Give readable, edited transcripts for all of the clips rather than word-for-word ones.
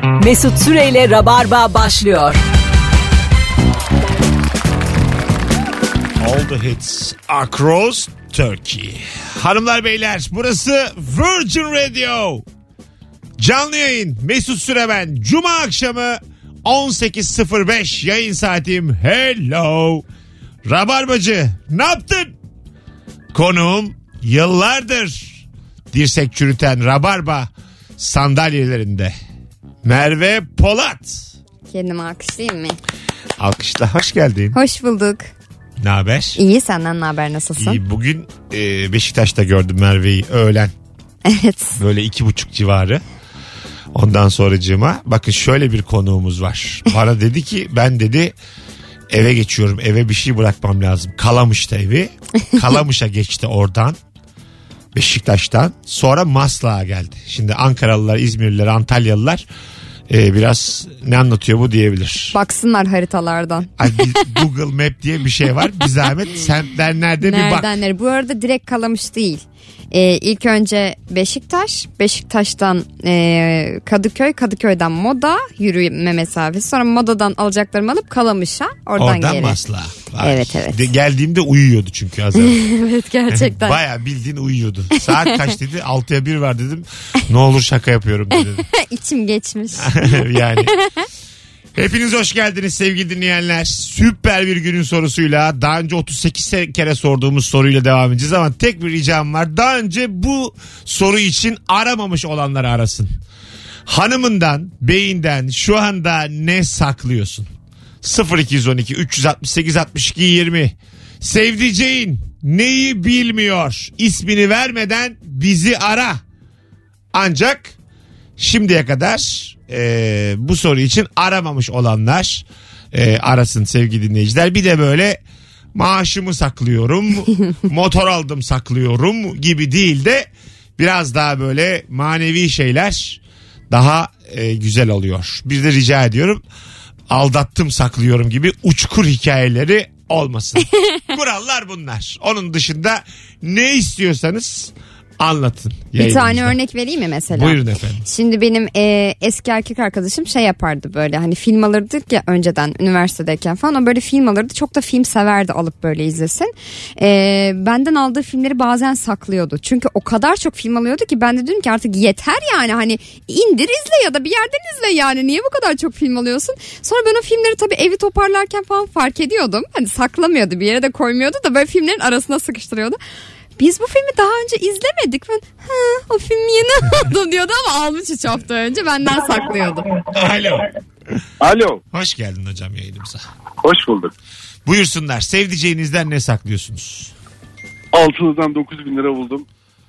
Mesut Süreyle Rabarba başlıyor. All the hits across Turkey. Hanımlar beyler, burası Virgin Radio. Canlı yayın Mesut Süre ben. Cuma akşamı 18.05 yayın saatim. Hello. Rabarbacı, ne yaptın? Konuğum yıllardır dirsek çürüten Rabarba sandalyelerinde Merve Polat. Kendimi alkışlayayım mı? Alkışla, hoş geldin. Hoş bulduk. Ne haber? İyi, senden ne haber, nasılsın? İyi, bugün Beşiktaş'ta gördüm Merve'yi öğlen. Evet. Böyle 2.30 civarı. Ondan sonracığıma bakın şöyle bir konuğumuz var. Bana dedi ki ben dedi eve geçiyorum, eve bir şey bırakmam lazım. Kalamış'ta evi. Kalamış'a geçti oradan. Beşiktaş'tan. Sonra Maslak'a geldi. Şimdi Ankaralılar, İzmirliler, Antalyalılar biraz ne anlatıyor bu diyebilir. Baksınlar haritalardan. Google Map diye bir şey var. Bir zahmet semtler nerede bir bak. Nereden nereye? Bu arada direkt Kalamış değil. İlk önce Beşiktaş, Beşiktaş'tan Kadıköy, Kadıköy'den Moda yürüme mesafesi. Sonra Moda'dan alacaklarımı alıp Kalamış'a, oradan geri. Maslak'a. Evet evet. Geldiğimde uyuyordu çünkü az önce. Evet gerçekten. Bayağı bildiğin uyuyordu. Saat kaç dedi? 6'ya 1 var dedim. Ne olur şaka yapıyorum dedim. İçim geçmiş. Yani. Hepiniz hoş geldiniz sevgili dinleyenler. Süper bir günün sorusuyla, daha önce 38 kere sorduğumuz soruyla devam edeceğiz ama tek bir ricam var. Daha önce bu soru için aramamış olanları arasın. Hanımından, beyinden şu anda ne saklıyorsun? 0212 368 62 20. Sevdiceğin neyi bilmiyor? İsmini vermeden bizi ara. Ancak şimdiye kadar bu soru için aramamış olanlar arasın sevgili dinleyiciler. Bir de böyle maaşımı saklıyorum, motor aldım saklıyorum gibi değil de biraz daha böyle manevi şeyler daha güzel oluyor. Bir de rica ediyorum, aldattım saklıyorum gibi uçkur hikayeleri olmasın. Kurallar bunlar. Onun dışında ne istiyorsanız anlatın. Bir tane örnek vereyim mi mesela? Buyurun efendim. Şimdi benim eski erkek arkadaşım şey yapardı böyle, hani film alırdık ya önceden üniversitedeyken falan, o böyle film alırdı, çok da film severdi, alıp böyle izlesin. Benden aldığı filmleri bazen saklıyordu. Çünkü o kadar çok film alıyordu ki ben de dedim ki artık yeter yani, hani indir izle ya da bir yerden izle yani, niye bu kadar çok film alıyorsun? Sonra ben o filmleri tabii evi toparlarken falan fark ediyordum. Hani saklamıyordu, bir yere de koymuyordu da böyle filmlerin arasına sıkıştırıyordu. Biz bu filmi daha önce izlemedik. Ben o film yeni aldım diyordu ama almış 3 hafta önce, benden saklıyordu. Alo. Alo. Hoş geldin hocam yayınımıza. Hoş bulduk. Buyursunlar. Sevdiceğinizden ne saklıyorsunuz? Altılıdan 9.000 lira buldum.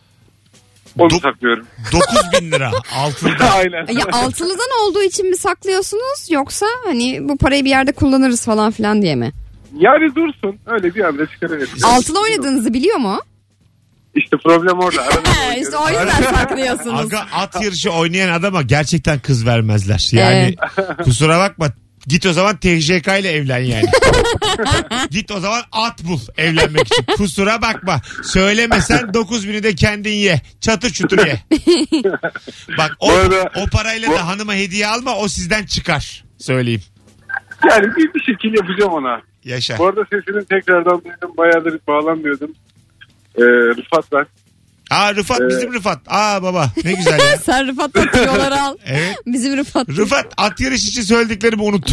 Onu saklıyorum. 9.000 lira altında. Aynen. Ya altılıdan olduğu için mi saklıyorsunuz, yoksa hani bu parayı bir yerde kullanırız falan filan diye mi? Yani dursun. Öyle bir anda çıkarabiliriz. Altılı oynadığınızı biliyor mu? İşte problem orada. İşte o yüzden saklıyorsunuz. Aga, at yarışı oynayan adama gerçekten kız vermezler. Yani kusura bakma. Git o zaman TJK ile evlen yani. Git o zaman at bul evlenmek için. Kusura bakma. Söylemesen 9.000'i de kendin ye. Çatır çutur ye. Bak o parayla da hanıma hediye alma, o sizden çıkar. Söyleyeyim. Yani bir şekil yapacağım ona. Yaşa. Bu arada sesini tekrardan duydum. Bayağıdır bağlanmıyordum. Rıfat var. Rıfat bizim Rıfat. Baba ne güzel ya. Sen Rıfat'la tüyoları al. Evet. Bizim Rıfat. Rıfat, at yarış için söylediklerimi unut.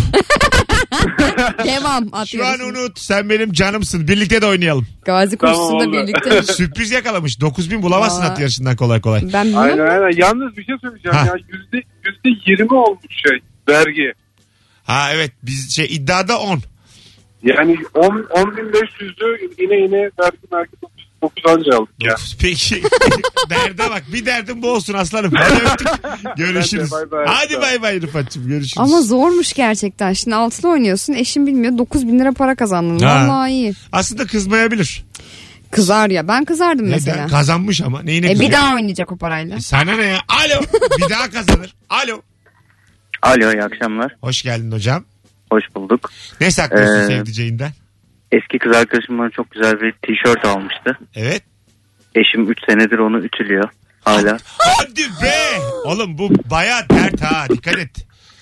Devam at Şu yarışını. an unut. Sen benim canımsın. Birlikte de oynayalım. Gazi koşusunda Tamam, birlikte. Sürpriz yakalamış. 9.000 bulamazsın at yarışından kolay kolay. Ben bilmiyorum. Aynen. Yalnız bir şey söyleyeceğim ya. %20 olmuş vergi. Ha evet, biz iddiada 10. Yani 10.500'ü yine vergi 9 anca aldık ya. Peki. Derde bak. Bir derdim bu olsun aslanım. Hadi öptük. Görüşürüz. Bay bay. Hadi bay bay Rıfat'cığım. Görüşürüz. Ama zormuş gerçekten. Şimdi altılı oynuyorsun. Eşin bilmiyor. 9.000 lira para kazandın. Vallahi iyi. Aslında kızmayabilir. Kızar ya. Ben kızardım Neden? mesela. Kazanmış ama. Neyine kızıyor? Bir daha oynayacak o parayla. Sana ne ya? Alo. Bir daha kazanır. Alo. Alo, iyi akşamlar. Hoş geldin hocam. Hoş bulduk. Ne saklıyorsun sevdiceğinden? Eski kız arkadaşım bana çok güzel bir tişört almıştı. Evet. Eşim 3 senedir onu ütülüyor hala. Hadi be. Oğlum bu bayağı dert ha. Dikkat et.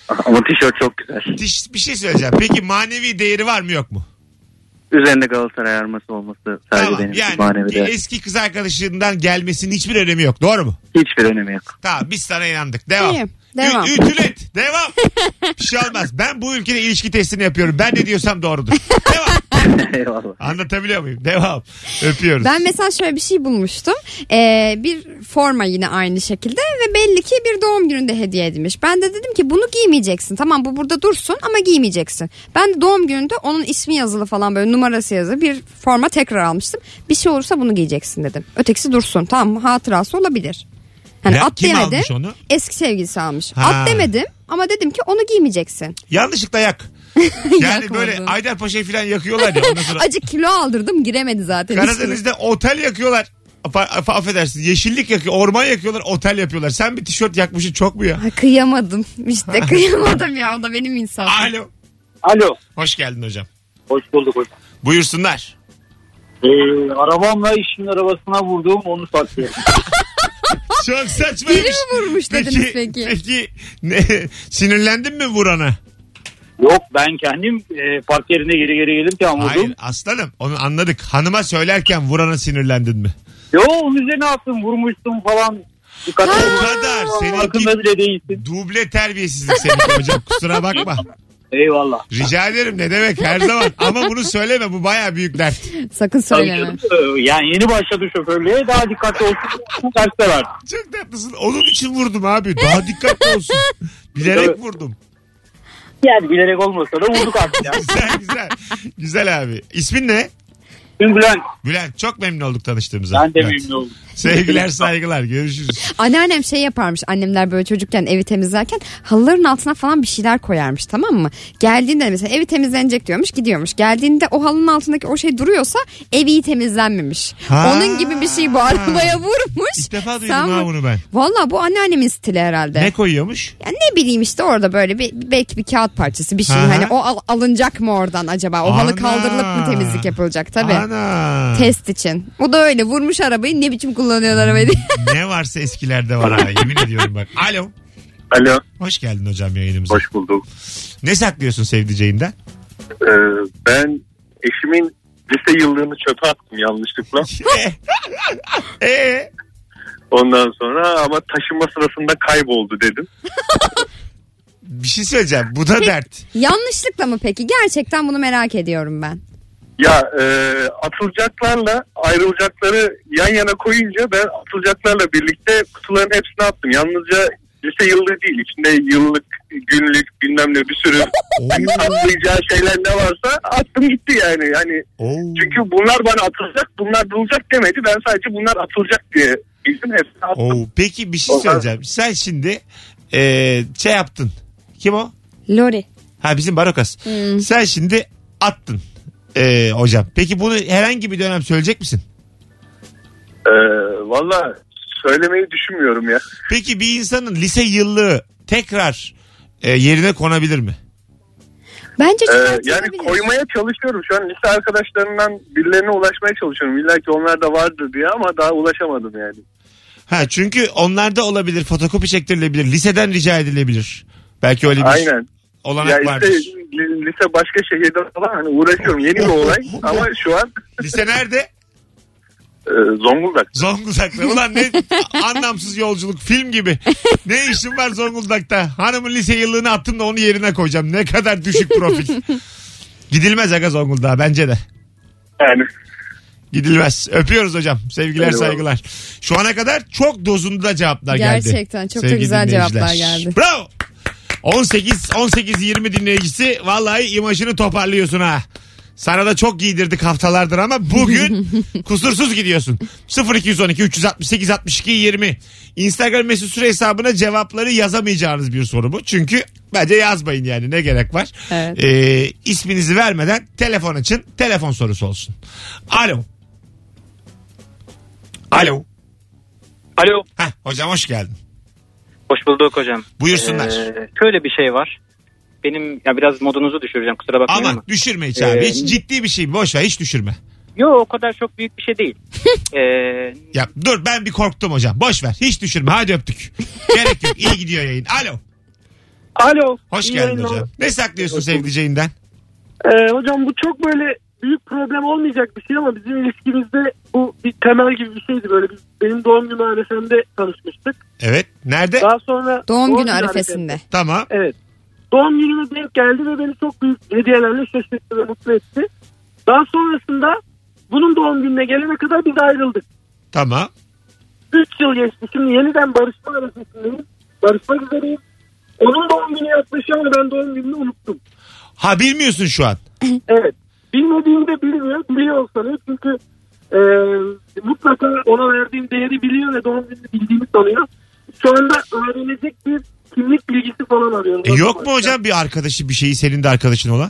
Ama tişört çok güzel. Bir şey söyleyeceğim. Peki manevi değeri var mı yok mu? Üzerinde Galatasaray arması olması sadece Tamam, benim için yani manevi değer. eski kız arkadaşından gelmesinin hiçbir önemi yok. Doğru mu? Hiçbir önemi yok. Tamam, biz sana inandık. Devam. İyi, devam. Ütület. Devam. Bir şey olmaz. Ben bu ülkede ilişki testini yapıyorum. Ben ne diyorsam doğrudur. Devam. Eyvallah. Anlatabiliyor muyum? Devam. Öpüyoruz. Ben mesela şöyle bir şey bulmuştum. Bir forma yine aynı şekilde ve belli ki bir doğum gününde hediye edilmiş. Ben de dedim ki bunu giymeyeceksin. Tamam, bu burada dursun ama giymeyeceksin. Ben de doğum gününde onun ismi yazılı falan, böyle numarası yazılı bir forma tekrar almıştım. Bir şey olursa bunu giyeceksin dedim. Ötekisi dursun. Tamam, hatırası olabilir. Hani at kim demedi. almış onu? Eski sevgilisi almış. Ha. At demedim ama dedim ki onu giymeyeceksin. Yanlışlıkla yak. Yani Yakmadım. böyle Aydarpaşa'yı falan yakıyorlar ya. Ondan sonra Acık kilo aldırdım, giremedi zaten. Karadeniz'de otel yakıyorlar. Affedersin, yeşillik yakıyor, orman yakıyorlar, otel yapıyorlar. Sen bir tişört yakmışsın, çok mu ya? Ha, kıyamadım. İşte kıyamadım ya. O da benim insafım. Alo. Alo. Hoş geldin hocam. Hoş bulduk hocam. Buyursunlar. Arabamla işin arabasına vurduğum onu saklıyorum. Çok saçmaymış. Biri mi vurmuş dediniz peki? Peki ne, sinirlendin mi vurana? Yok, ben kendim park yerine geri gelirken vurdum. Hayır aslanım, onu anladık. Hanıma söylerken vurana sinirlendin mi? Yo, onun üzerine attım, vurmuştum falan. O kadar. Farkında Seninki bile değilsin. duble terbiyesizlik seninki hocam. Kusura bakma. Eyvallah. Rica ederim, ne demek, her zaman. Ama bunu söyleme, bu baya büyük dert. Sakın söyleme. Yani yeni başladı şoförlüğe, daha dikkatli olsun. Derste verdim. Çok tatlısın. Onun için vurdum abi. Daha dikkatli olsun. Bilerek vurdum. Yani bilerek olmasa da vurduk artık yani. Güzel güzel. Güzel abi. İsmin ne? Bülent. Bülent, çok memnun olduk tanıştığımıza. Ben de Evet. memnun oldum. Sevgiler saygılar, görüşürüz. Anneannem şey yaparmış, annemler böyle çocukken evi temizlerken halıların altına falan bir şeyler koyarmış, tamam mı? Geldiğinde mesela evi temizlenecek diyormuş, gidiyormuş. Geldiğinde o halının altındaki o şey duruyorsa ev iyi temizlenmemiş. Ha. Onun gibi bir şey bu arabaya vurmuş. İlk defa duydum ha bunu ben. Valla bu anneannemin stili herhalde. Ne koyuyormuş? Ya ne bileyim işte orada böyle belki bir kağıt parçası bir şey. Aha. Hani o alınacak mı oradan acaba? O halı Ana. kaldırılıp mı temizlik yapılacak? Tabii. Ana. Test için. O da öyle vurmuş arabayı, ne biçim kullanıyorlar arabayı diye. Ne varsa eskilerde var ha, yemin ediyorum bak. Alo. Alo. Hoş geldin hocam yayınımıza. Hoş bulduk. Ne saklıyorsun sevdiceğinden? Ben eşimin lise yıllığını çöpe attım yanlışlıkla. Ondan sonra ama taşınma sırasında kayboldu dedim. Bir şey söyleyeceğim. Bu da dert. Yanlışlıkla mı peki? Gerçekten bunu merak ediyorum ben. Ya atılacaklarla ayrılacakları yan yana koyunca ben atılacaklarla birlikte kutuların hepsini attım. Yalnızca lise yıllığı değil, içinde yıllık, günlük, bilmem ne bir sürü atlayacağı şeyler ne varsa attım gitti yani. Çünkü bunlar bana atılacak, bunlar bulacak demedi. Ben sadece bunlar atılacak diye bildim, hepsini attım. Peki bir şey söyleyeceğim. Sen şimdi şey yaptın. Kim o? Lori. Ha, bizim Barokas. Sen şimdi attın. Hocam. Peki bunu herhangi bir dönem söyleyecek misin? Valla söylemeyi düşünmüyorum ya. Peki bir insanın lise yıllığı tekrar yerine konabilir mi? Bence yani koymaya çalışıyorum. Şu an lise arkadaşlarımdan birilerine ulaşmaya çalışıyorum. İlla ki onlar da vardır diye ama daha ulaşamadım yani. Ha, çünkü onlarda olabilir, fotokopi çektirilebilir, liseden rica edilebilir. Belki öyle bir Aynen. olanak Ya vardır. işte lise başka şehirde falan hani uğraşıyorum. Yeni bir olay ama şu an Lise nerede? Zonguldak. Zonguldak'ta. Ulan ne anlamsız yolculuk, film gibi. Ne işin var Zonguldak'ta? Hanımın lise yıllığını attım da onu yerine koyacağım. Ne kadar düşük profil. Gidilmez aga Zonguldak'a bence de. Yani. Gidilmez. Öpüyoruz hocam. Sevgiler Eyvallah. saygılar. Şu ana kadar çok dozunda cevaplar geldi. Gerçekten çok da Sevgili güzel dinleyiciler. cevaplar geldi. Bravo. 18-20 dinleyicisi vallahi imajını toparlıyorsun ha. Sana da çok giydirdik haftalardır ama bugün kusursuz gidiyorsun. 0212 368 62 20. Instagram mesut süre hesabına cevapları yazamayacağınız bir soru bu. Çünkü bence yazmayın yani, ne gerek var. Evet. İsminizi vermeden telefon açın. Telefon sorusu olsun. Alo. Alo. Alo. Heh, hocam hoş geldin. Hoş bulduk hocam. Buyursunlar. Şöyle bir şey var. Benim ya biraz modunuzu düşüreceğim, kusura bakmayın ama. Ama düşürme hiç abi. Hiç ciddi bir şey. Boş ver, hiç düşürme. Yo, o kadar çok büyük bir şey değil. Ya dur, ben bir korktum hocam. Boş ver. Hiç düşürme. Hadi öptük. Gerek yok. İyi gidiyor yayın. Alo. Alo. Hoş iyi geldin yayınlar. hocam. Ne saklıyorsun sevdiceğinden? Hocam bu çok böyle büyük problem olmayacak bir şey ama bizim ilişkimizde bu bir temel gibi bir şeydi. Böyle benim doğum günü arifemde tanışmıştık. Evet. Nerede? Daha sonra Doğum günü arifesinde. Tamam. Evet. Doğum günüme denk geldi ve beni çok büyük hediyelerle şaşırttı ve mutlu etti. Daha sonrasında bunun doğum gününe gelene kadar biz ayrıldık. Tamam. 3 yıl geçti. Şimdi yeniden barışma arifesindeyim. Barışmak üzereyim. Onun doğum günü yaklaşıyor ama ben doğum gününü unuttum. Ha bilmiyorsun şu an. Evet. Bilmediğini de bilmiyor. Biliyor olsa çünkü mutlaka ona verdiğim değeri biliyor ve doğum gününü bildiğimi sanıyor. Şu anda öğrenecek bir kimlik bilgisi falan arıyorum. Yok mu hocam bir arkadaşı bir şeyi senin de arkadaşın olan?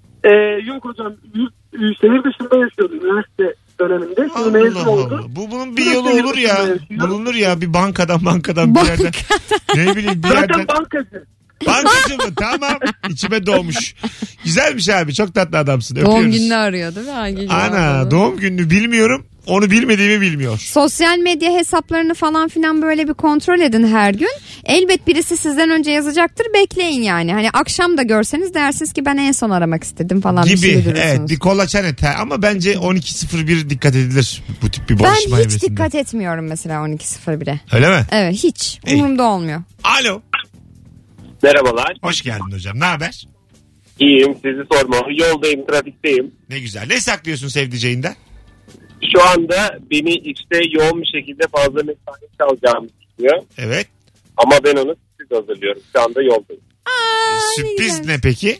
Yok hocam. Şehir dışında yaşıyordu üniversite döneminde. Şimdi mezun oldu. Bunun bir yolu olur ya. Bulunur ya bir bankadan bir yerden. Ne bileyim bir yerden. Zaten bankacı. Bankacı mı? Tamam. İçime doğmuş. Güzelmiş abi. Çok tatlı adamsın. Öpüyoruz. Doğum gününü arıyor değil mi? Ana doğum gününü bilmiyorum. Onu bilmediğimi bilmiyor. Sosyal medya hesaplarını falan filan böyle bir kontrol edin her gün. Elbet birisi sizden önce yazacaktır. Bekleyin yani. Hani akşam da görseniz dersiniz ki ben en son aramak istedim falan. Gibi. Evet. Bir kolaçan et. Ama bence 12.01 dikkat edilir. Bu tip bir barışma Ben hiç evresinde. dikkat etmiyorum mesela 12.01'e. Öyle mi? Evet hiç. İyi. Umurumda olmuyor. Alo. Merhabalar. Hoş geldin hocam. Ne haber? İyiyim, sizi sormalı. Yoldayım, trafikteyim. Ne güzel. Ne saklıyorsun sevdiceğinden? Şu anda beni işte yoğun bir şekilde fazla mesai çalacağımı düşünüyor. Evet. Ama ben onu sürpriz hazırlıyorum. Şu anda yoldayım. Sürpriz ne peki?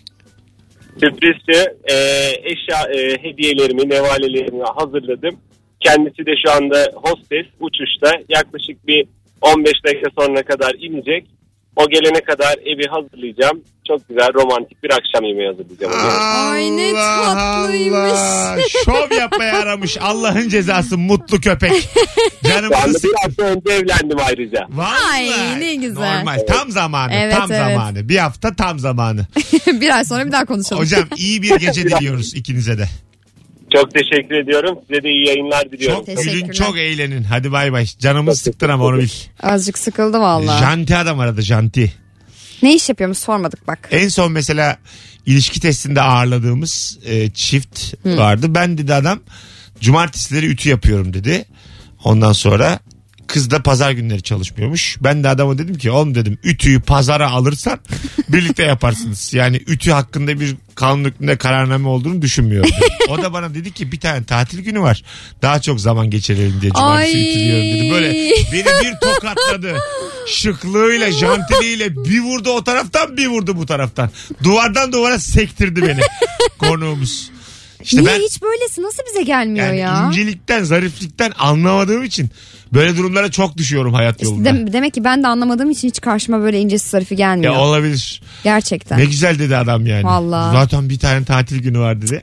Sürprizce eşya hediyelerimi, nevalelerimi hazırladım. Kendisi de şu anda hostes uçuşta. Yaklaşık bir 15 dakika sonra kadar inecek. O gelene kadar evi hazırlayacağım. Çok güzel romantik bir akşam yemeği hazırlayacağım. Ay, ne tatlıymış. Allah. Şov yapmaya aramış. Allah'ın cezası mutlu köpek. Şu Canımızı anda bir sıktı. hafta önce evlendim ayrıca. Vallahi. Ay, ne güzel. Normal. Tam zamanı. Evet, tam evet. zamanı. Bir hafta tam zamanı. Bir ay sonra bir daha konuşalım. Hocam iyi bir gece diliyoruz ikinize de. Çok teşekkür ediyorum. Size de iyi yayınlar diliyorum. Çok Teşekkürler. gülün, çok eğlenin. Hadi bay bay. Canımız sıktın ama onu bil. Azıcık sıkıldı valla. Janti adam aradı, janti. Ne iş yapıyormuş sormadık bak. En son mesela ilişki testinde ağırladığımız çift vardı. Ben dedi adam cumartesileri ütü yapıyorum dedi. Ondan sonra kız da pazar günleri çalışmıyormuş. Ben de adama dedim ki oğlum dedim ütüyü pazara alırsan birlikte yaparsınız. Yani ütü hakkında bir kanun hükmünde kararname olduğunu düşünmüyorum dedim. O da bana dedi ki bir tane tatil günü var. Daha çok zaman geçirelim diye cumartesi Ay. ütülüyorum dedi. Böyle beni bir tokatladı. Şıklığıyla, jantiliyle bir vurdu o taraftan bir vurdu bu taraftan. Duvardan duvara sektirdi beni konuğumuz. İşte Niye ben hiç böylesi nasıl bize gelmiyor yani ya? incelikten, zariflikten anlamadığım için böyle durumlara çok düşüyorum hayat yolunda. Demek ki ben de anlamadığım için hiç karşıma böyle ince zarifı gelmiyor. Ya olabilir. Gerçekten. Ne güzel dedi adam yani. Vallahi. Zaten bir tane tatil günü var dedi.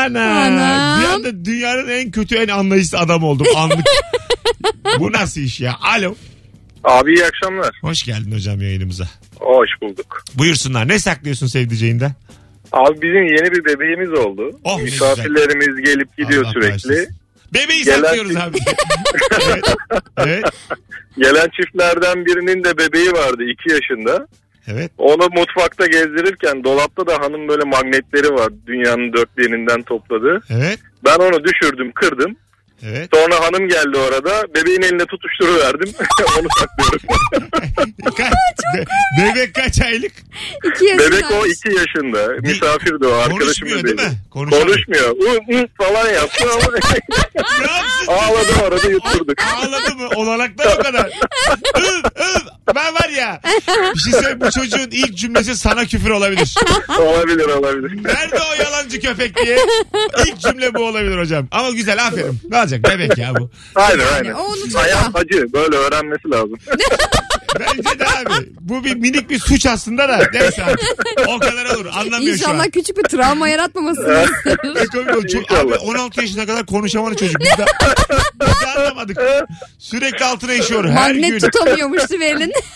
Anam. Bir anda dünyanın en kötü en anlayışlı adam oldum anlık. Bu nasıl iş ya? Alo. Abi iyi akşamlar. Hoş geldin hocam yayınımıza. Hoş bulduk. Buyursunlar. Ne saklıyorsun sevdiceğinden? Abi bizim yeni bir bebeğimiz oldu. Oh, ne Misafirlerimiz gelip gidiyor Allah sürekli. bağışlasın. Bebeği Gelen- saklıyoruz abi. Evet. Evet. Gelen çiftlerden birinin de bebeği vardı 2 yaşında. Evet. Onu mutfakta gezdirirken dolapta da hanım böyle magnetleri var. Dünyanın dört bir yerinden topladı. Evet. Ben onu düşürdüm, kırdım. Evet. Sonra hanım geldi orada. Bebeğin eline tutuşturuverdim. Onu saklıyorum. Bebek kaç aylık? 2 yaşında. Bebek o 2 yaşında. Misafirdi o arkadaşım. Konuşmuyor değil mi? Konuşamıyor. Konuşmuyor. Falan yaptı ama Ne yapsın? ağladı orada yutturduk. Ağladı mı? Olanaklar o kadar. Ben var ya. Bir şey söyleyeyim, bu çocuğun ilk cümlesi sana küfür olabilir. Olabilir. Nerede o yalancı köpek diye. İlk cümle bu olabilir hocam. Ama güzel aferin. Ne olacak bebek ya bu. Aynen. O unutma. Hayat acı. Böyle öğrenmesi lazım. Bence de abi. Bu bir minik bir suç aslında da. Neyse abi. O kadar olur. Anlamıyor şu an. İnşallah küçük bir travma yaratmamasını istiyoruz. Abi 16 yaşına kadar konuşamadı çocuk. Biz de anlamadık. Sürekli altına işiyor her Magnet gün. tutamıyormuştu elini.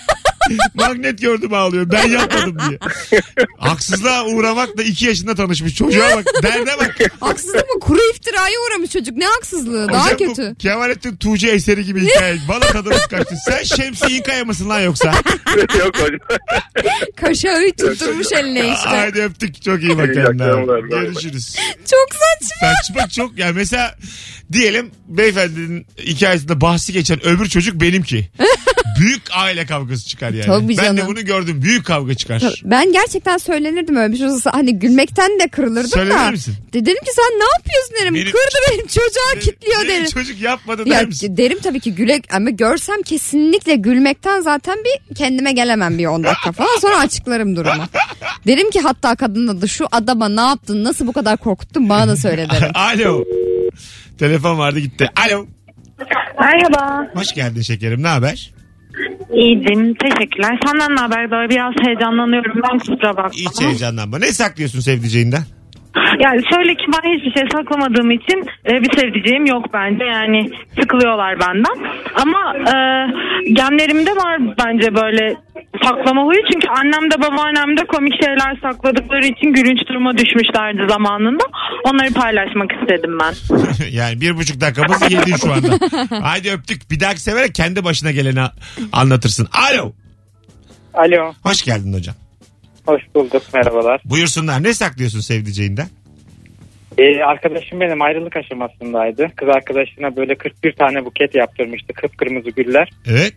Magnet gördüm ağlıyor. Ben yapmadım diye. Haksızlığa uğramakla 2 yaşında tanışmış. Çocuğa bak. Derde bak. Haksızlık mı? Kuru iftiraya uğramış çocuk. Ne haksızlığı? Daha Hocam kötü. bu Kemalettin Tuğcu eseri gibi hikaye. Bana tadımız kaçtı. Sen Şemsi İnkaya mısın lan yoksa? Yok hocam. Kaşağı tutturmuş eline işte. Haydi öptük. Çok iyi bak İyi kendine. akşamlar. Görüşürüz. Çok saçma. Saçma çok. Yani mesela diyelim beyefendinin hikayesinde bahsi geçen öbür çocuk benimki. Büyük aile kavgası çıkar yani. Tabii Ben de canım. bunu gördüm. Büyük kavga çıkar. Ben gerçekten söylenirdim öyle bir şey olsa. Hani gülmekten de kırılırdım Söylenir da. misin? Derim ki sen ne yapıyorsun derim. Kırdı benim çocuğa kitliyor Benim derim. çocuk yapmadı Ya der misin? derim tabii ki ama görsem kesinlikle gülmekten zaten bir kendime gelemem bir 10 dakika falan, sonra açıklarım durumu. Derim ki hatta kadın adı şu adama ne yaptın, nasıl bu kadar korkuttun, bana da söyle derim. Alo. Telefon vardı gitti. Alo. Merhaba. Hoş geldin şekerim. Ne haber? İyiydim. Teşekkürler. Senden ne haber? Böyle biraz heyecanlanıyorum. Ben kusura bakma. Hiç heyecanlanma. Ne saklıyorsun sevdiceğinden? Yani şöyle ki ben hiçbir şey saklamadığım için bir sevdiceğim yok bence. Yani sıkılıyorlar benden. Ama genlerimde var bence böyle saklama huyu. Çünkü annem de babaannem de komik şeyler sakladıkları için gülünç duruma düşmüşlerdi zamanında. Onları paylaşmak istedim ben. Yani 1,5 dakikamızı yedin şu anda. Haydi öptük. Bir dahaki sefere kendi başına geleni anlatırsın. Alo. Alo. Hoş geldin hocam. Hoş bulduk. Merhabalar. Buyursunlar. Ne saklıyorsun sevdiceğinden? Arkadaşım benim ayrılık aşamasındaydı. Kız arkadaşına böyle 41 tane buket yaptırmıştı. Kıpkırmızı güller. Evet.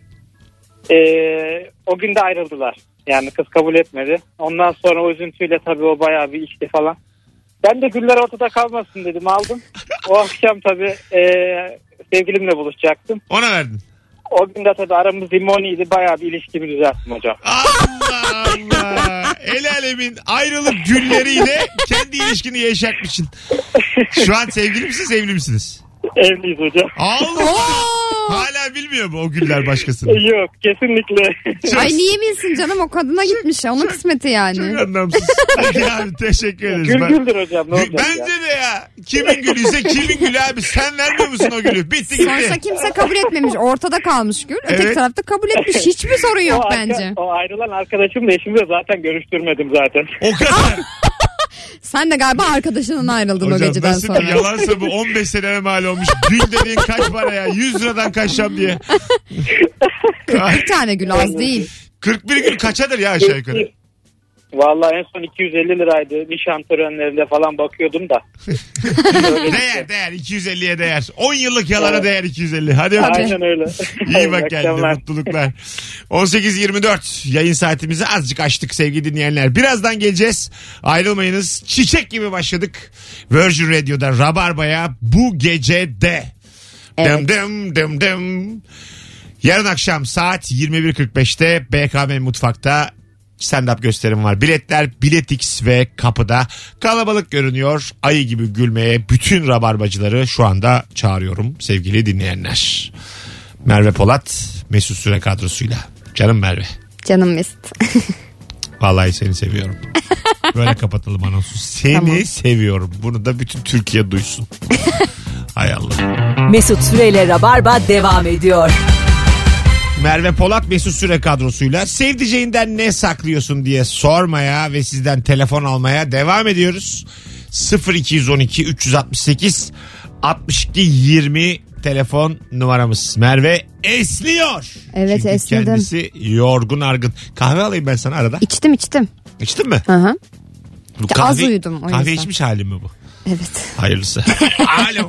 O gün de ayrıldılar. Yani kız kabul etmedi. Ondan sonra o üzüntüyle tabii o bayağı bir içti falan. Ben de güller ortada kalmasın dedim, aldım. O akşam tabii sevgilimle buluşacaktım. Ona verdin. O gün de tabii aramız limoniydi. Bayağı bir ilişkimi düzelttim hocam. Allah Allah. El alemin ayrılık gülleriyle kendi ilişkini yaşatmışsın. Şu an sevgili misin, evli misiniz? Evliyiz hocam. Allah. Hala bilmiyor mu o güller başkasını? Yok kesinlikle. Ay niye bilsin canım, o kadına gitmiş ya, onun kısmeti yani. Çok anlamsız. Peki abi teşekkür ederiz. Gül güldür hocam, ne olacak Bence ya? de ya. Kimin gülüyse kimin gülü abi. Sen vermiyor musun o gülü? Bitti gitti. Sonuçta kimse kabul etmemiş. Ortada kalmış gül. Öteki Evet. tarafta kabul etmiş. Hiçbir sorun yok bence. O ayrılan arkadaşımla eşimi de zaten görüştürmedim zaten. O kadar. Sen de galiba arkadaşının ayrıldın o Hocam geceden nasıl sonra. bir yalansa bu 15 seneme mal olmuş. Gül dediğin kaç para ya? 100 liradan kaçacağım diye. Bir tane gül az değil. 41 gül kaçadır ya aşağı yukarı? Vallahi en son 250 liraydı. Nişan törenlerinde falan bakıyordum da. Değer 250'ye değer. 10 yıllık yalana değer 250. Hadi öptük. Aynen öyle. İyi bak kendine, akşamlar. mutluluklar. 18.24 yayın saatimizi azıcık açtık sevgili dinleyenler. Birazdan geleceğiz. Ayrılmayınız. Çiçek gibi başladık. Virgin Radio'da Rabarba'ya bu gece de. Evet. Dım dım dım dım. Yarın akşam saat 21.45'te BKM Mutfak'ta stand-up gösterim var. Biletler Biletix ve kapıda. Kalabalık görünüyor. Ayı gibi gülmeye bütün rabarbacıları şu anda çağırıyorum sevgili dinleyenler. Merve Polat, Mesut Süre kadrosuyla. Canım Merve. Canım Mesut. Vallahi seni seviyorum. Böyle kapatalım anonsu. Seni Tamam. seviyorum. Bunu da bütün Türkiye duysun. Hay Allah. Mesut Süreyle Rabarba devam ediyor. Merve Polat Mesut Süre kadrosuyla sevdiceğinden ne saklıyorsun diye sormaya ve sizden telefon almaya devam ediyoruz. 0212 368 62 20 telefon numaramız. Merve esniyor. Evet, çünkü esnedim. kendisi yorgun argın. Kahve alayım ben sana arada. İçtim. İçtin mi? Hı hı. Bu Az uyudum o Kahve yüzden. içmiş halim mi bu? Evet. Hayırlısı. Alo.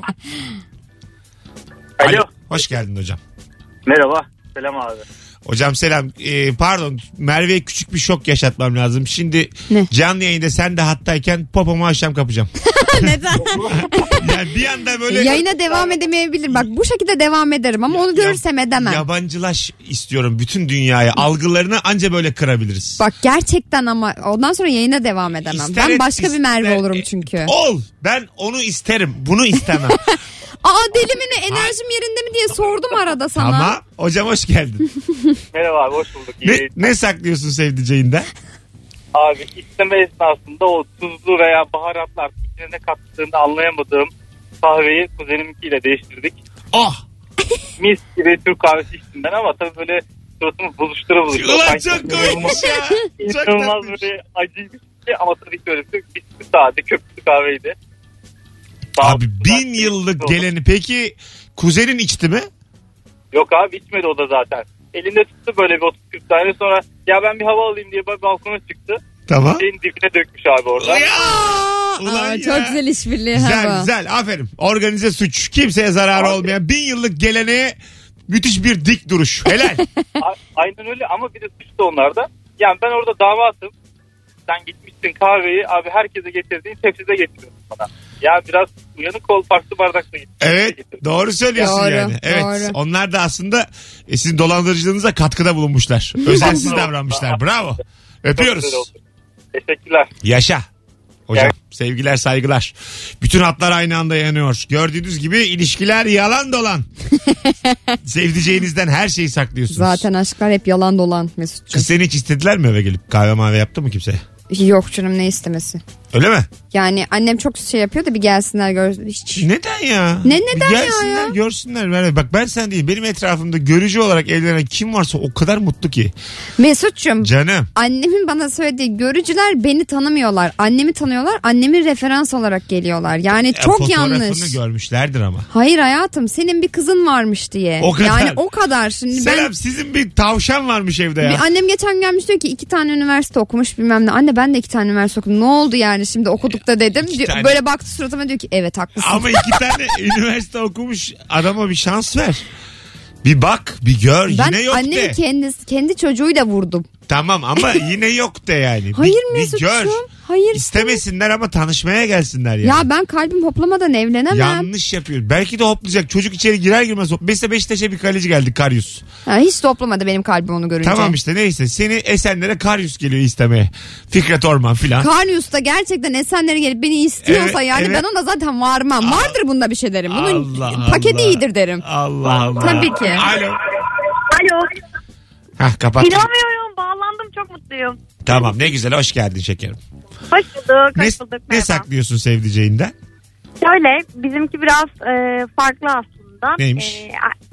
Alo. Hoş geldin hocam. Merhaba. Selam abi. Hocam selam. Pardon, Merve'ye küçük bir şok yaşatmam lazım. Şimdi Ne? canlı yayında sen de hattayken popomu akşam kapacağım. Neden? Yani bir anda böyle Yayına devam edemeyebilir. Bak bu şekilde devam ederim ama onu görürsem edemem. yabancılaş istiyorum bütün dünyaya. Algılarını anca böyle kırabiliriz. Bak gerçekten ama ondan sonra yayına devam edemem. İster Ben et, başka bir Merve ister- olurum çünkü. Ol. Ben onu isterim. Bunu istemem. Aa deli mi ne, enerjim yerinde mi diye sordum arada sana. Ama hocam hoş geldin. Merhaba abi, hoş bulduk. Ne saklıyorsun sevdiceğinden? Abi isteme esnasında o tuzlu veya baharatlar içine kattığında anlayamadığım kahveyi kuzeniminkiyle değiştirdik. Oh. Mis gibi Türk kahvesi içtim ben ama tabii böyle suratımız buluştura. Ulan çok koymuş ya. Çok İnanılmaz tatlıymış. böyle acıymış ama tabii ki öyle bir sade köpüklü kahveydi. Abi 1000 yıllık geleni. Peki kuzenin içti mi? Yok abi içmedi o da zaten. Elinde tuttu böyle bir 30-40 tane, sonra ya ben bir hava alayım diye balkona çıktı. Tamam. Şeyin dibine dökmüş abi orada. Ya! Ulan Aa, ya. çok güzel işbirliği. Güzel ha bu. güzel, aferin. Organize suç. Kimseye zararı olmayan 1000 yıllık geleneğe müthiş bir dik duruş. Helal. Aynen öyle ama bir de suç da onlarda. Yani ben orada davatım. Sen gitmişsin kahveyi abi herkese getirdiğin tepside getiriyorsun bana. Ya biraz uyanık ol, farklı bardakta git. Evet, doğru söylüyorsun Doğru, yani. Evet. doğru. Onlar da aslında sizin dolandırıcılığınıza katkıda bulunmuşlar. Özensiz davranmışlar. Bravo. Öpüyoruz. Teşekkürler. Yaşa. Hocam sevgiler saygılar. Bütün hatlar aynı anda yanıyor. Gördüğünüz gibi ilişkiler yalan dolan. Sevdiceğinizden her şeyi saklıyorsunuz. Zaten aşklar hep yalan dolan Mesut'cum. Kız seni hiç istediler mi eve gelip kahve mavi yaptı mı kimseye? Yok canım, ne istemesi. Öyle mi? Yani annem çok şey yapıyor da bir gelsinler hiç. Neden ya? Ne neden ya? Gelsinler görsünler. Yani bak ben sen değil, benim etrafımda görücü olarak evlenen kim varsa o kadar mutlu ki. Mesut'cum. Canım. Annemin bana söylediği görücüler beni tanımıyorlar. Annemi tanıyorlar. Annemi referans olarak geliyorlar. Yani çok yanlış. Fotoğrafını görmüşlerdir ama. Hayır hayatım, senin bir kızın varmış diye. O kadar. Yani o kadar. Şimdi Selam, sizin bir tavşan varmış evde ya. annem geçen gelmiş diyor ki 2 tane üniversite okumuş bilmem ne. Anne ben de 2 tane üniversite okudum. Ne oldu yani şimdi okuduk da dedim. tane. Böyle baktı suratıma diyor ki evet haklısın. Ama 2 tane üniversite okumuş adama bir şans ver. Bir bak, bir gör. Ben yine yok de. annemin kendi çocuğuyla vurdum. Tamam ama yine yok de yani. Hayır bir Mesut'cum. gör. Hayır. İstemesinler ama tanışmaya gelsinler yani. Ya ben kalbim hoplamadan evlenemem. Yanlış yapıyor. Belki de hoplayacak. Çocuk içeri girer girmez. Mesela Beşiktaş'a bir kaleci geldi, Karyus. Ha, hiç de hoplamadı benim kalbim onu görünce. Tamam işte neyse. Seni Esenler'e Karyus geliyor istemeye. Fikret Orman filan. Karyus da gerçekten Esenler'e gelip beni istiyorsa Evet, yani evet. ben ona zaten varmam. Vardır bunda bir şey derim. Bunun Allah paketi Allah. iyidir derim. Allah Allah. Tabii ki. Alo. Alo. Hah, kapat. İnanmıyorum, bağlandım, çok mutluyum. Tamam, ne güzel, hoş geldin şekerim. Hoş bulduk. Ne, Hoş bulduk. ne Merhaba. saklıyorsun sevdiceğinden? Şöyle, bizimki biraz farklı aslında. Neymiş?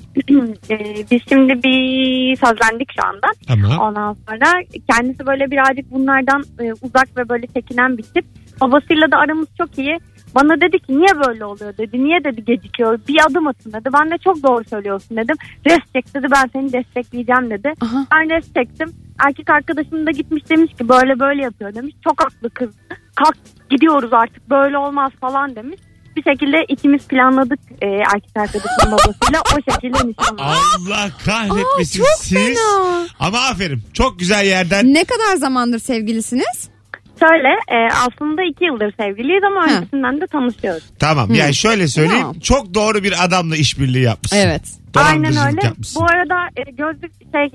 Biz şimdi bir sözlendik şu anda. Tamam. Ondan sonra kendisi böyle birazcık bunlardan uzak ve böyle çekinen bir tip. Babasıyla da aramız çok iyi. Bana dedi ki niye böyle oluyor dedi. Niye dedi gecikiyor. Bir adım atın dedi. Ben de çok doğru söylüyorsun dedim. Rest çek dedi, ben seni destekleyeceğim dedi. Aha. Ben rest çektim. Erkek arkadaşım da gitmiş demiş ki böyle böyle yapıyor demiş. Çok haklı kız. Kalk gidiyoruz artık, böyle olmaz falan demiş. Bir şekilde ikimiz planladık erkek arkadaşımın babasıyla. O şekilde nişanladık. Allah kahretmesin çok siz. fena. Ama aferin. Çok güzel yerden. Ne kadar zamandır sevgilisiniz? Şöyle aslında 2 yıldır sevgiliyiz ama Ha. öncesinden de tanışıyoruz. Tamam, yani şöyle söyleyeyim. Tamam. Çok doğru bir adamla işbirliği yapmışsın. Evet. Aynen Dolandırıcılık öyle. yapmışsın. Bu arada gözlük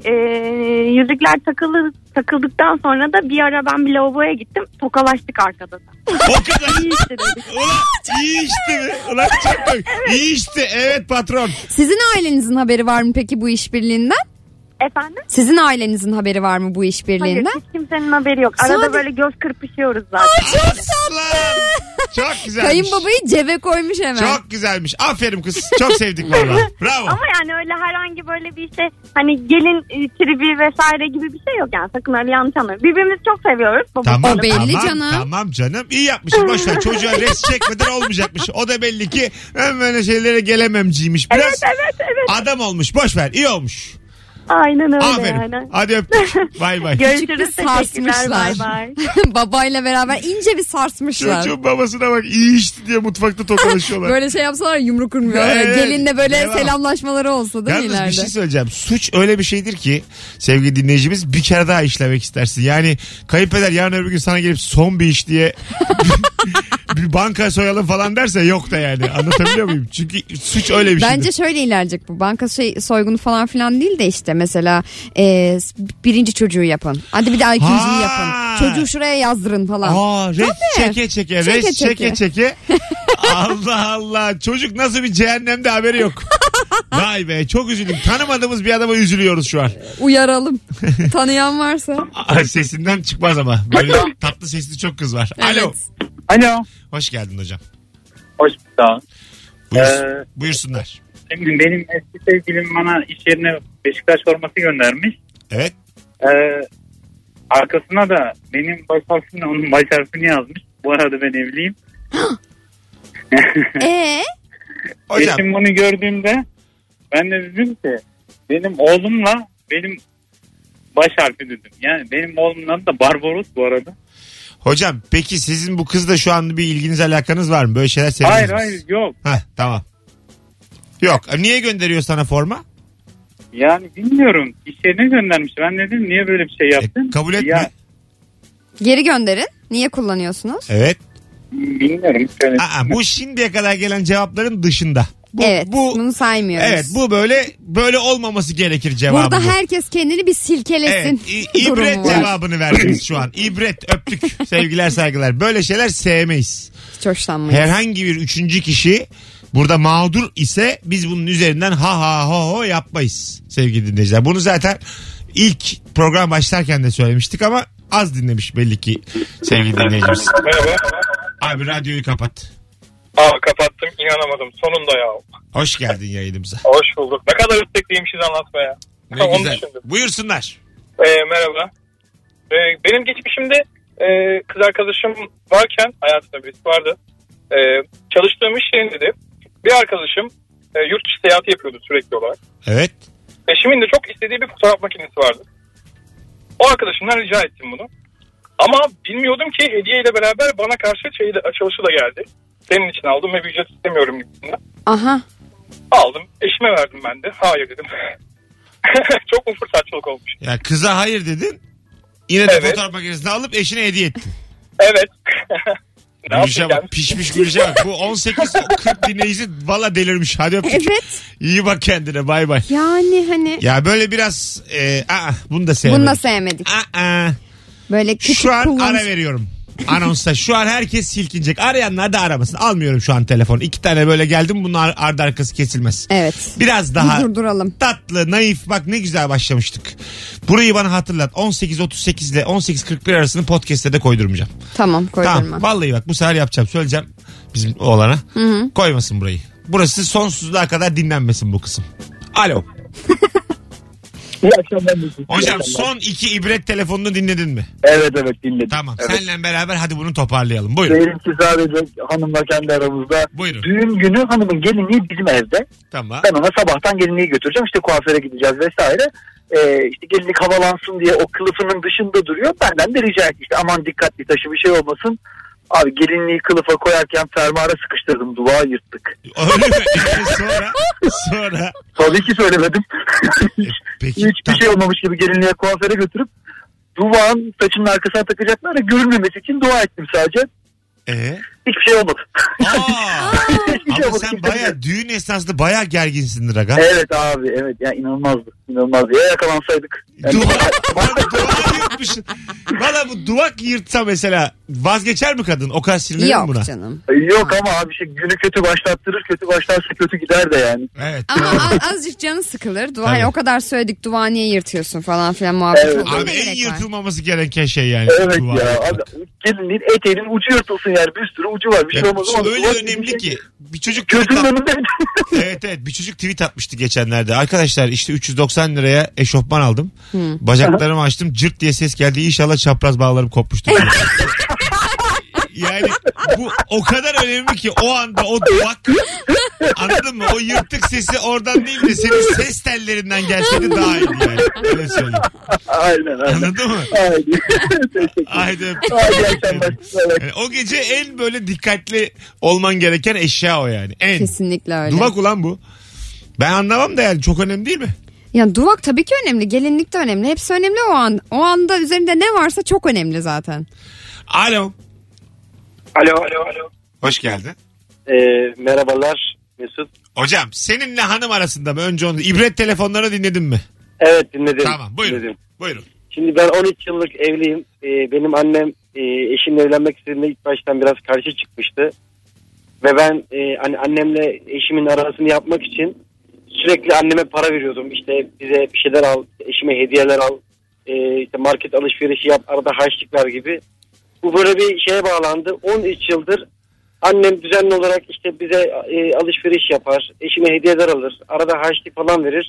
yüzükler takıldıktan sonra da bir ara ben bir lavaboya gittim. Tokalaştık arkada da. O kadar. İyi işte dedik. Ulan iyi işte mi? Ulan çok komik. İyi işte, evet patron. Sizin ailenizin haberi var mı peki bu işbirliğinden? Efendim? Sizin ailenizin haberi var mı bu Hayır, işbirliğinden? hiç kimsenin haberi yok. Arada Sadece- böyle göz kırpışıyoruz zaten. Aslan. Çok güzelmiş. Kayınbabayı cebe koymuş hemen. Çok güzelmiş. Aferin kız. Çok sevdik valla. Bravo. Ama yani öyle herhangi böyle bir şey hani gelin tribi vesaire gibi bir şey yok yani, sakın öyle yanlış anlamayın. Birbirimizi çok seviyoruz. Tamam, O belli tamam, canım. Tamam canım. İyi yapmışsın. Boşver. Çocuğa rest çekmeden olmayacakmış. O da belli ki ben böyle şeylere gelememciymiş. Biraz Evet. adam olmuş. Boşver. İyi olmuş. Aynen öyle. Aferin. Yani. Hadi öptük. Bay bay. Görüşürüz. Küçük bir Teşekkürler. sarsmışlar. Bay bay. Babayla beraber ince bir sarsmışlar. Çocuğun babasına bak, iyi içti diye mutfakta tokalaşıyorlar. Böyle şey yapsalar yumruk kırmıyor. Evet, Gelinle böyle devam. selamlaşmaları olsa değil mi Yalnız ileride? bir şey söyleyeceğim. Suç öyle bir şeydir ki sevgili dinleyicimiz, bir kere daha işlemek istersin. Yani kayınpeder yarın öbür gün sana gelip son bir iş diye bir banka soyalım falan derse yok da yani. Anlatabiliyor muyum? Çünkü suç öyle bir şeydir. Bence şöyle ilerleyecek bu. Banka soygunu falan filan değil de işte mesela birinci çocuğu yapın. Hadi bir daha ikinciyi Ha. yapın. Çocuğu şuraya yazdırın falan. Res çeke. Çeke Res çeke. çeke. Allah Allah. Çocuk nasıl bir cehennemde haberi yok. Vay be, çok üzüldüm. Tanımadığımız bir adama üzülüyoruz şu an. Uyaralım. Tanıyan varsa. Sesinden çıkmaz ama. Böyle tatlı sesli çok kız var. Alo. Evet. Alo. Hoş geldin hocam. Hoş bulduk. Buyursunlar. Şimdi benim eski sevgilim bana iş yerine Beşiktaş forması göndermiş. Evet. Arkasına da benim baş harfini onun baş harfini yazmış. Bu arada ben evliyim. Hocam. Eşim bunu gördüğümde ben de dedim ki benim oğlumla benim baş harfi dedim. Yani benim oğlumun adı da Barbaros bu arada. Hocam peki sizin bu kızla şu anda bir ilginiz alakanız var mı? Böyle şeyler seviyorsunuz. Hayır yok. Heh, tamam. Yok. Niye gönderiyor sana forma? Yani bilmiyorum. İş yerine göndermiş. Ben dedim niye böyle bir şey yaptın? Kabul etme. Ya, Geri gönderin. Niye kullanıyorsunuz? Evet. bilmiyorum. Bu şimdiye kadar gelen cevapların dışında. Bunu saymıyoruz. Evet, bu böyle olmaması gerekir cevabı. Burada bu. herkes kendini bir silkelesin. Evet, ibret cevabını verdiniz şu an. İbret, öptük. Sevgiler, saygılar. Böyle şeyler sevmeyiz. Hiç hoşlanmayız. Herhangi bir üçüncü kişi burada mağdur ise biz bunun üzerinden ha ho yapmayız sevgili dinleyiciler. Bunu zaten ilk program başlarken de söylemiştik ama az dinlemiş belli ki sevgili dinleyicimiz. Merhaba. Abi radyoyu kapat. Abi kapattım, inanamadım sonunda ya. Hoş geldin yayınımıza. Hoş bulduk. Ne kadar istekliymişiz anlatmaya. Ne Onu güzel. düşündüm. Buyursunlar. Merhaba. Benim geçmişimde kız arkadaşım varken hayatımda birisi vardı. Çalıştığım iş yerinde de bir arkadaşım yurt dışı seyahati yapıyordu sürekli olarak. Evet. Eşimin de çok istediği bir fotoğraf makinesi vardı. O arkadaşımdan rica ettim bunu. Ama bilmiyordum ki hediyeyle beraber bana karşı açılışı da geldi. Senin için aldım ve bir ücret istemiyorum gibisinden. Aha. Aldım. Eşime verdim ben de. Hayır dedim. Çok mu fırsatçılık olmuş? Ya kıza hayır dedin. Yine de Evet. fotoğraf makinesini alıp eşine hediye ettin. Evet. Gülüşe bak, pişmiş gülüşe bak. Bu 18-40 dinleyicisi valla delirmiş. Hadi öptük. Evet. İyi bak kendine, bay bay. Yani hani. Ya böyle biraz bunu da sevmedim. Bunu da sevmedik. Böyle küçük Şu an kullanış. ara veriyorum. Anonsa şu an herkes silkinecek. Arayanlar da aramasın. Almıyorum şu an telefonu. 2 tane böyle geldim, bunun ardı arkası kesilmez. Evet. Biraz daha durduralım. tatlı, naif. Bak ne güzel başlamıştık. Burayı bana hatırlat. 18.38 ile 18.41 arasını podcast'te de koydurmayacağım. Tamam, koydurma. Tamam, vallahi bak bu sefer yapacağım. Söyleyeceğim bizim oğlana. Hı. Koymasın burayı. Burası sonsuzluğa kadar dinlenmesin bu kısım. Alo. İyi akşamlar. Hocam son 2 ibret telefonunu dinledin mi? Evet dinledim. Tamam. Evet. Seninle beraber hadi bunu toparlayalım. Buyurun. Benimki sadece hanımla kendi aramızda. Buyurun. Düğün günü hanımın gelinliği bizim evde. Tamam. Ben ona sabahtan gelinliği götüreceğim. İşte kuaföre gideceğiz vesaire. İşte gelinlik havalansın diye o kılıfının dışında duruyor. Benden de rica etti. İşte aman dikkatli taşı, bir şey olmasın. Abi gelinliği kılıfa koyarken fermuara sıkıştırdım. Duvağı yırttık. Öyle mi? Sonra. Tabii ki söylemedim. Peki. Hiçbir şey olmamış gibi gelinliğe kuaföre götürüp duvağın saçının arkasına takacaklar da görünmemesi için dua ettim sadece. Hiçbir şey olmadı. Hiçbir şey olmadı. Sen bayağı düğün esnasında bayağı gerginsindir aga. Evet abi, evet ya, inanılmazdı. Ya yakalansaydık. Yani... Duvak yırtmışsın. Valla bu duvak yırtsa mesela vazgeçer mi kadın? O kadar sinirlenir mi buna? Yok canım. Yok ama abi günü kötü başlattırır, kötü başlarsa kötü gider de yani. Evet. Ama azıcık canı sıkılır. Hani o kadar söyledik, duvağı niye yırtıyorsun falan filan muhabbet evet. oluyor. Abi en yırtılmaması gereken şey yani. Evet ya. Abi, gelinliğin eteğinin ucu yırtılsın yani, bir sürü ucu var. Bir şey olmaz ama. Öyle önemli ki. Bir çocuk gözünün önünde. evet bir çocuk tweet atmıştı geçenlerde. Arkadaşlar işte 390 liraya eşofman aldım. Bacaklarımı açtım. Cırt diye ses geldi. İnşallah çapraz bağlarım kopmuştu. Yani bu o kadar önemli ki o anda o duvak, anladın mı? O yırtık sesi oradan değil de senin ses tellerinden gelseydi daha iyiydi yani. Öyle söyleyeyim. Aynen. Anladın mı? Haydi. Yani o gece en böyle dikkatli olman gereken eşya o yani. En. Kesinlikle öyle. Duvak ulan bu. Ben anlamam da yani, çok önemli değil mi? Yani duvak tabii ki önemli. Gelinlik de önemli. Hepsi önemli o an. O anda üzerinde ne varsa çok önemli zaten. Alo. Alo. Hoş geldin. Merhabalar Mesut. Hocam seninle hanım arasında mı? Önce onu. İbret telefonlarını dinledin mi? Evet dinledim. Tamam buyurun. Dinledim. Buyurun. Şimdi ben 13 yıllık evliyim. Benim annem eşimle evlenmek istediğinde ilk baştan biraz karşı çıkmıştı. Ve ben hani annemle eşimin arasını yapmak için sürekli anneme para veriyordum. İşte bize bir şeyler al, eşime hediyeler al, işte market alışverişi yap, arada harçlıklar gibi. Bu böyle bir şeye bağlandı. 13 yıldır annem düzenli olarak işte bize alışveriş yapar, eşime hediyeler alır, arada harçlık falan verir.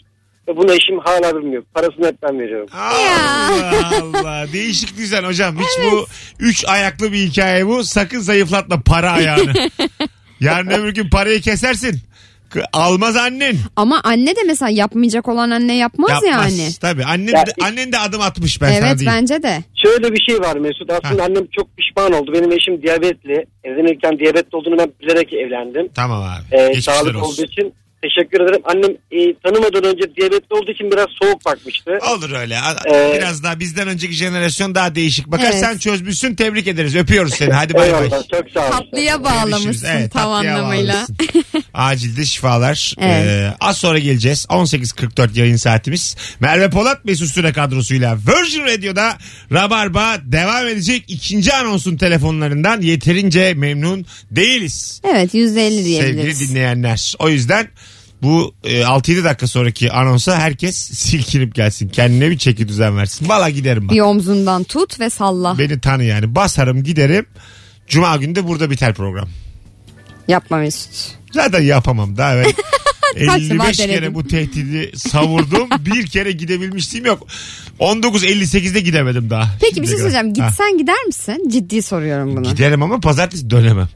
Ve bunu eşim hala bilmiyor. Parasını hep ben veriyorum. Allah Allah. Değişik düzen hocam. Hiç bu 3 ayaklı bir hikaye bu. Sakın zayıflatma para ayağını. Yarın öbür gün parayı kesersin. Almaz annen. Ama anne de mesela yapmayacak olan anne yapmaz yani. Tabii. Annen de adım atmış ben sana Evet diyeyim. bence de. Şöyle bir şey var Mesut. Aslında annem çok pişman oldu. Benim eşim diyabetli. Evlenirken diyabetli olduğunu ben bilerek evlendim. Tamam abi. Sağlık olduğu için. Teşekkür ederim. Annem tanımadan önce diyabetli olduğu için biraz soğuk bakmıştı. Olur öyle. Biraz daha bizden önceki jenerasyon daha değişik. Bakar sen çözmüşsün, tebrik ederiz. Öpüyoruz seni. Hadi bay bay. Çok sağ olun. Tatlıya bağlamışsın tam anlamıyla. Acilde şifalar. Evet. Az sonra geleceğiz. 18.44 yayın saatimiz. Merve Polat Mesut Süre kadrosuyla Virgin Radio'da Rabarba devam edecek. İkinci anonsun telefonlarından yeterince memnun değiliz. Evet, %50 diyebiliriz. Sevgili dinleyenler. O yüzden bu 6-7 dakika sonraki anonsa herkes silkinip gelsin. Kendine bir çeki düzen versin. Valla giderim bak. Bir omzundan tut ve salla. Beni tanı yani. Basarım giderim. Cuma günü de burada biter program. Yapma Mesut. Zaten yapamam daha ben 55 denedim. kere bu tehdidi savurdum. Bir kere gidebilmişliğim yok. 19.58'de gidemedim daha. Peki bir şey söyleyeceğim. Gitsen gider misin? Ciddi soruyorum bunu. Giderim ama pazartesi dönemem.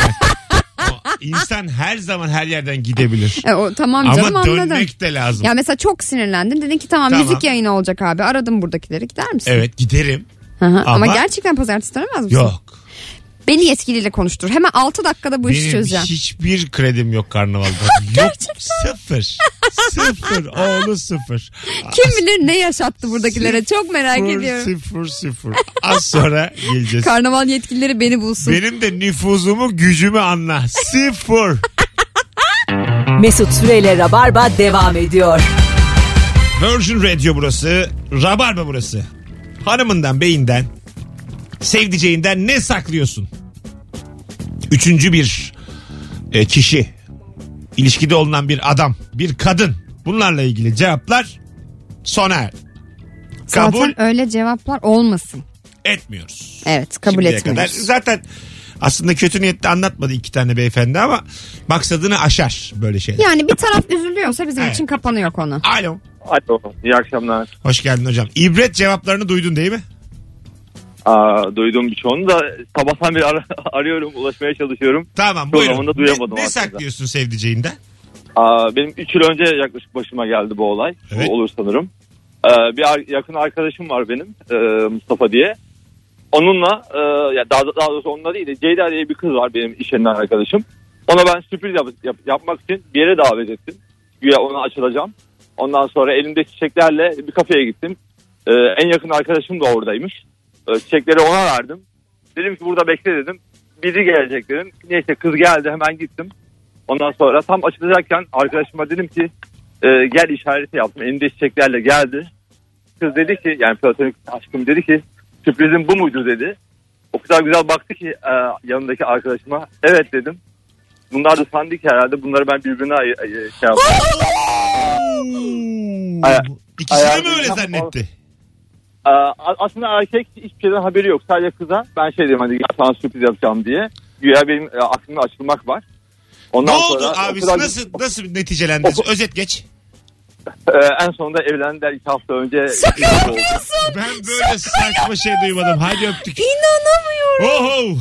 İnsan her zaman her yerden gidebilir. Tamam canım, ama anladım. dönmek de lazım. Ya mesela çok sinirlendin. Dedin ki tamam müzik yayını olacak abi. Aradım buradakileri. Gider misin? Evet giderim. Ama gerçekten pazartesi dönemez misin? Yok. Beni yetkiliyle konuştur. Hemen 6 dakikada bu işi Benim çözeceğim. hiçbir kredim yok karnavalda. Yok, sıfır. Sıfır. Oğlu sıfır. Kim bilir ne yaşattı buradakilere, çok merak ediyorum. Sıfır. Az sonra geleceğiz. Karnaval yetkilileri beni bulsun. Benim de nüfuzumu, gücümü anla. Sıfır. Mesut Süreyle Rabarba devam ediyor. Virgin Radio burası. Rabarba burası. Hanımından, beyinden, sevdiceğinden ne saklıyorsun? Üçüncü bir kişi, ilişkide olunan bir adam, bir kadın. Bunlarla ilgili cevaplar sona er. Kabul Zaten öyle cevaplar olmasın. etmiyoruz. Evet, kabul Şimdiye etmiyoruz. kadar. Zaten aslında kötü niyetle anlatmadı iki tane beyefendi ama maksadını aşar böyle şeyler. Yani bir taraf üzülüyorsa bizim için kapanıyor konu. Alo. Alo. İyi akşamlar. Hoş geldin hocam. İbret cevaplarını duydun değil mi? Duydum birçoğunu da sabahtan beri arıyorum, ulaşmaya çalışıyorum. Tamam, Çoğu buyurun. zamanda duyamadım. Ne saklıyorsun sevdiceğinden? Benim 3 yıl önce yaklaşık başıma geldi bu olay. Evet. Bu olur sanırım. Bir yakın arkadaşım var benim, Mustafa diye. Onunla, daha doğrusu onunla değil de Ceyda diye bir kız var benim iş yerinden arkadaşım. Ona ben sürpriz yapmak için bir yere davet ettim. Güya ona açılacağım. Ondan sonra elimde çiçeklerle bir kafeye gittim. En yakın arkadaşım da oradaymış. Çiçekleri ona verdim. Dedim ki burada bekle dedim. Biri gelecek dedim. Neyse kız geldi, hemen gittim. Ondan sonra tam açılacakken arkadaşıma dedim ki gel işareti yaptım. Elimde çiçeklerle geldi. Kız dedi ki, yani platonik aşkım dedi ki sürprizin bu muydu dedi. O kadar güzel baktı ki yanındaki arkadaşıma. Evet dedim. Bunlar da sandı ki herhalde bunları ben birbirine şey yaptım. İkisi mi öyle zannetti? Aslında erkek hiçbir şeyden haberi yok. Sadece kıza ben şey dedim, hadi sana sürpriz yapacağım diye. Güya benim aklımda açılmak var. Ondan ne oldu sonra, abi? Nasıl neticelendiniz? Özet geç. En sonunda evlendiler 2 hafta önce. Şaka yapıyorsun. Ben böyle saçma şey duymadım. Hadi öptük. İnanamıyorum.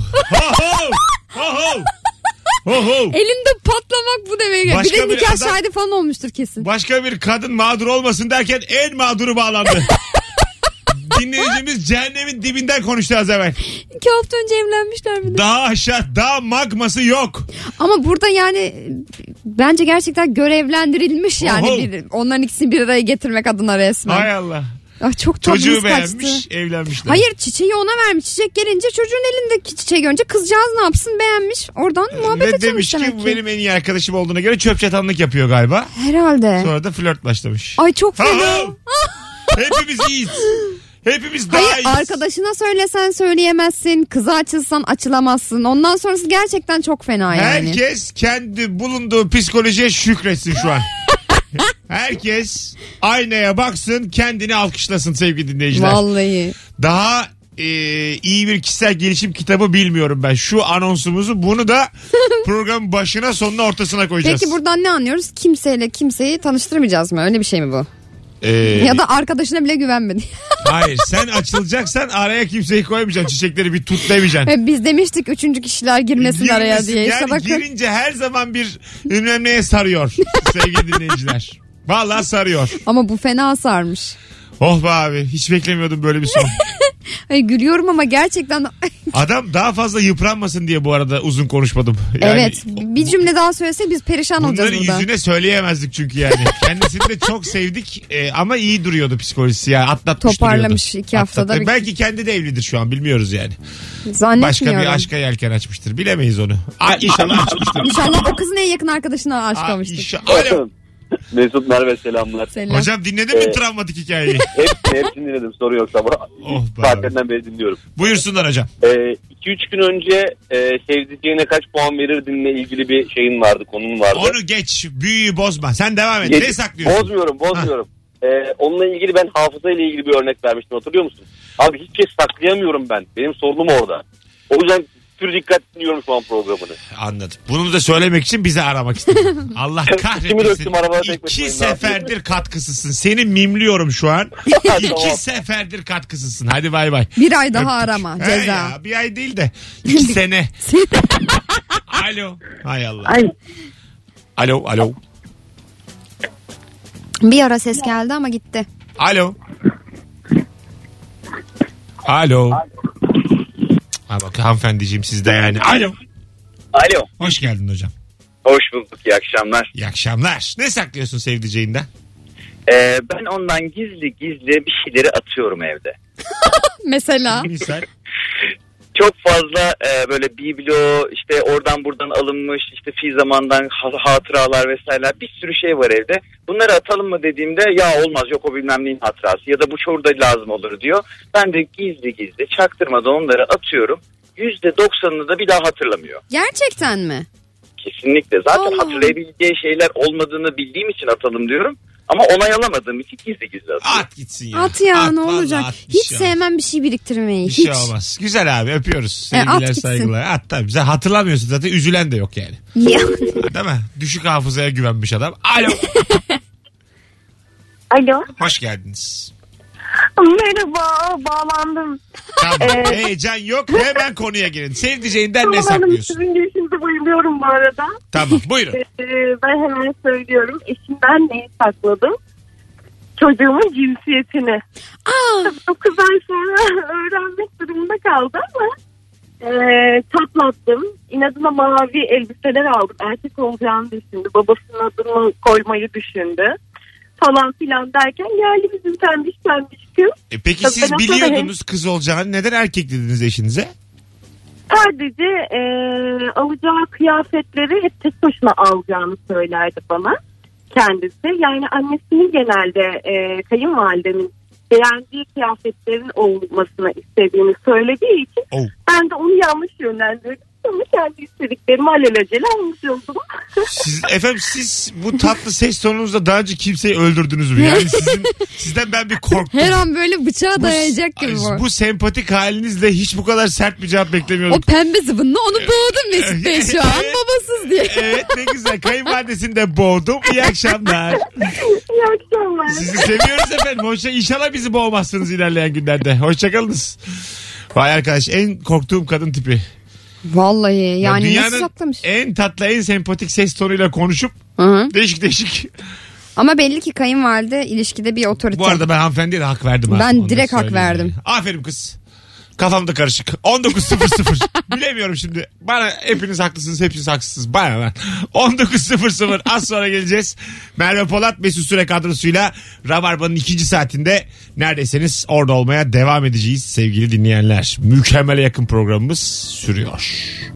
Oho. Elinde patlamak bu demek. Bir Başka de bir nikah adam- şahidi falan olmuştur kesin. Başka bir kadın mağdur olmasın derken en mağduru bağlandı. Dinleyicimiz cehennemin dibinden konuştu az evvel. 2 hafta önce evlenmişler bir de. Daha aşağı, daha magması yok. Ama burada yani bence gerçekten görevlendirilmiş yani. Onların ikisini bir araya getirmek adına resmen. Hay Allah. Çok Çocuğu tadımız beğenmiş, kaçtı. evlenmişler. Hayır, çiçeği ona vermiş. Çiçek gelince çocuğun elindeki çiçeği görünce kızcağız ne yapsın, beğenmiş. Oradan muhabbet Ve açılmış demiş ki demek bu ki. benim en iyi arkadaşım olduğuna göre çöp çatanlık yapıyor galiba. Herhalde. Sonra da flört başlamış. Ay çok fena. Hepimiz iyiyiz. Hepimiz daha Hayır, iyiyiz. arkadaşına söylesen söyleyemezsin. Kıza açılsan açılamazsın. Ondan sonrası gerçekten çok fena yani. Herkes kendi bulunduğu psikolojiye şükretsin şu an. Herkes aynaya baksın, kendini alkışlasın sevgili dinleyiciler. Vallahi. Daha iyi bir kişisel gelişim kitabı bilmiyorum ben. Şu anonsumuzu, bunu da programın başına sonuna ortasına koyacağız. Peki buradan ne anlıyoruz? Kimseyle kimseyi tanıştırmayacağız mı? Öyle bir şey mi bu? Ya da arkadaşına bile güvenmedin. Hayır, sen açılacaksan araya kimseyi koymayacaksın. Çiçekleri bir tut demeyeceksin. Biz demiştik 3. kişiler girmesin araya diye. Yani İşte bakın. girince her zaman bir bilmem neye sarıyor sevgili dinleyiciler. Vallahi sarıyor. Ama bu fena sarmış. Oh be abi, hiç beklemiyordum böyle bir son. Ay, gülüyorum ama gerçekten. Adam daha fazla yıpranmasın diye bu arada uzun konuşmadım. Yani evet, bir cümle daha söylesek biz perişan olacağız burada. Bunları yüzüne söyleyemezdik çünkü yani. Kendisini de çok sevdik ama iyi duruyordu psikolojisi ya. Atlatmış toparlamış duruyordu. 2 haftada. Belki kendi de evlidir şu an, bilmiyoruz yani. Zannetmiyorum. Başka bir aşka yelken açmıştır. Bilemeyiz onu. İnşallah açmıştır. İnşallah o kızın en yakın arkadaşına aşık olmuştur. Alo. Mesut, Merve, selamlar. Selam. Hocam dinledin mi travmatik hikayeyi? Hepsini dinledim, soru yok ama saatlerinden beri dinliyorum. Buyursunlar hocam. 2-3 gün önce sevdiceğine kaç puan verirdinle ilgili bir şeyin vardı, konun vardı. Onu geç, büyüyü bozma. Sen devam et. Ne saklıyorsun? Bozmuyorum. Onunla ilgili ben hafızayla ilgili bir örnek vermiştim, hatırlıyor musun? Abi hiç şey saklayamıyorum ben. Benim sorunum orada. O yüzden pür dikkat dinliyorum şu an programını. Anladım. Bunu da söylemek için bizi aramak istedim. Allah kahretmesin. 2 seferdir katkısısın. Seni mimliyorum şu an. 2 seferdir katkısısın. Hadi bay bay. Bir ay daha arama. Ceza. Ya, bir ay değil de 2 sene. Alo. Hay Allah. Alo. Bir ara ses geldi ama gitti. Alo. Ha bak hanımefendiciğim sizde yani. Alo. Hoş geldin hocam. Hoş bulduk. İyi akşamlar. İyi akşamlar. Ne saklıyorsun sevdiceğinden? Ben ondan gizli bir şeyleri atıyorum evde. Mesela? Misal? Çok fazla böyle biblo, işte oradan buradan alınmış, işte fi zamandan hatıralar vesaireler, bir sürü şey var evde. Bunları atalım mı dediğimde ya olmaz, yok o bilmem neyin hatırası ya da bu şurada lazım olur diyor. Ben de gizli çaktırmadan onları atıyorum. %90'ını da bir daha hatırlamıyor. Gerçekten mi? Kesinlikle. Zaten hatırlayabileceği şeyler olmadığını bildiğim için atalım diyorum. Ama onay alamadığım için gizli atıyorum. At gitsin ya. At ya, ne olacak? Hiç şey sevmem bir şey biriktirmeyi. Bir şey olmaz. Güzel abi, öpüyoruz. Sevgiler saygılar. At tabii. Sen hatırlamıyorsun zaten, üzülen de yok yani. Değil mi? Düşük hafızaya güvenmiş adam. Alo. Alo. Hoş geldiniz. Merhaba, bağlandım. Tamam, heyecan yok, hemen konuya girin. Sevdiceğinden ne saklıyorsun? Sizin girişinize bayılıyorum bu arada. Tamam, buyurun. Ben hemen söylüyorum. Eşimden neyi sakladım? Çocuğumun cinsiyetini. 9 ay sonra öğrenmek durumunda kaldı ama tatlattım. İnadına mavi elbiseler aldım. Erkek olacağını düşündü. Babasının adını koymayı düşündü. Falan filan derken geldi bizim pembiş kız. Peki siz biliyordunuz kız olacağını, neden erkek dediniz eşinize? Sadece alacağı kıyafetleri hep tek başına alacağını söylerdi bana kendisi. Yani annesinin genelde kayınvalidemin beğendiği kıyafetlerin olmasını istediğini söylediği için ben de onu yanlış yönlendirdim. Ama kendi istediklerimi alelacele almış oldum. Siz bu tatlı ses tonunuzda daha önce kimseyi öldürdünüz mü? Yani sizden ben bir korktum. Her an böyle bıçağa dayayacak gibi bu. Bu sempatik halinizle hiç bu kadar sert bir cevap beklemiyordum. O pembe zıvınla onu boğdum Mesut Bey şu an babasız diye. Evet, ne güzel. Kayınvalidesini de boğdum. İyi akşamlar. İyi akşamlar. Sizi seviyoruz efendim. İnşallah bizi boğmazsınız ilerleyen günlerde. Hoşçakalınız. Vay arkadaş, en korktuğum kadın tipi. Vallahi yani nasıl saklamış? En tatlı, en sempatik ses tonuyla konuşup değişik. Ama belli ki kayınvalide ilişkide bir otorite. Bu arada ben hanımefendiye de hak verdim. Ben direkt hak verdim. Aferin kız. Kafamda karışık. 19.00. Bilemiyorum şimdi. Bana hepiniz haklısınız, hepiniz haksızsınız. Bana ben. 19.00 az sonra geleceğiz. Merve Polat, Mesut Süre kadrosuyla Rabarba'nın 2. saatinde neredeyseniz orada olmaya devam edeceğiz sevgili dinleyenler. Mükemmele yakın programımız sürüyor.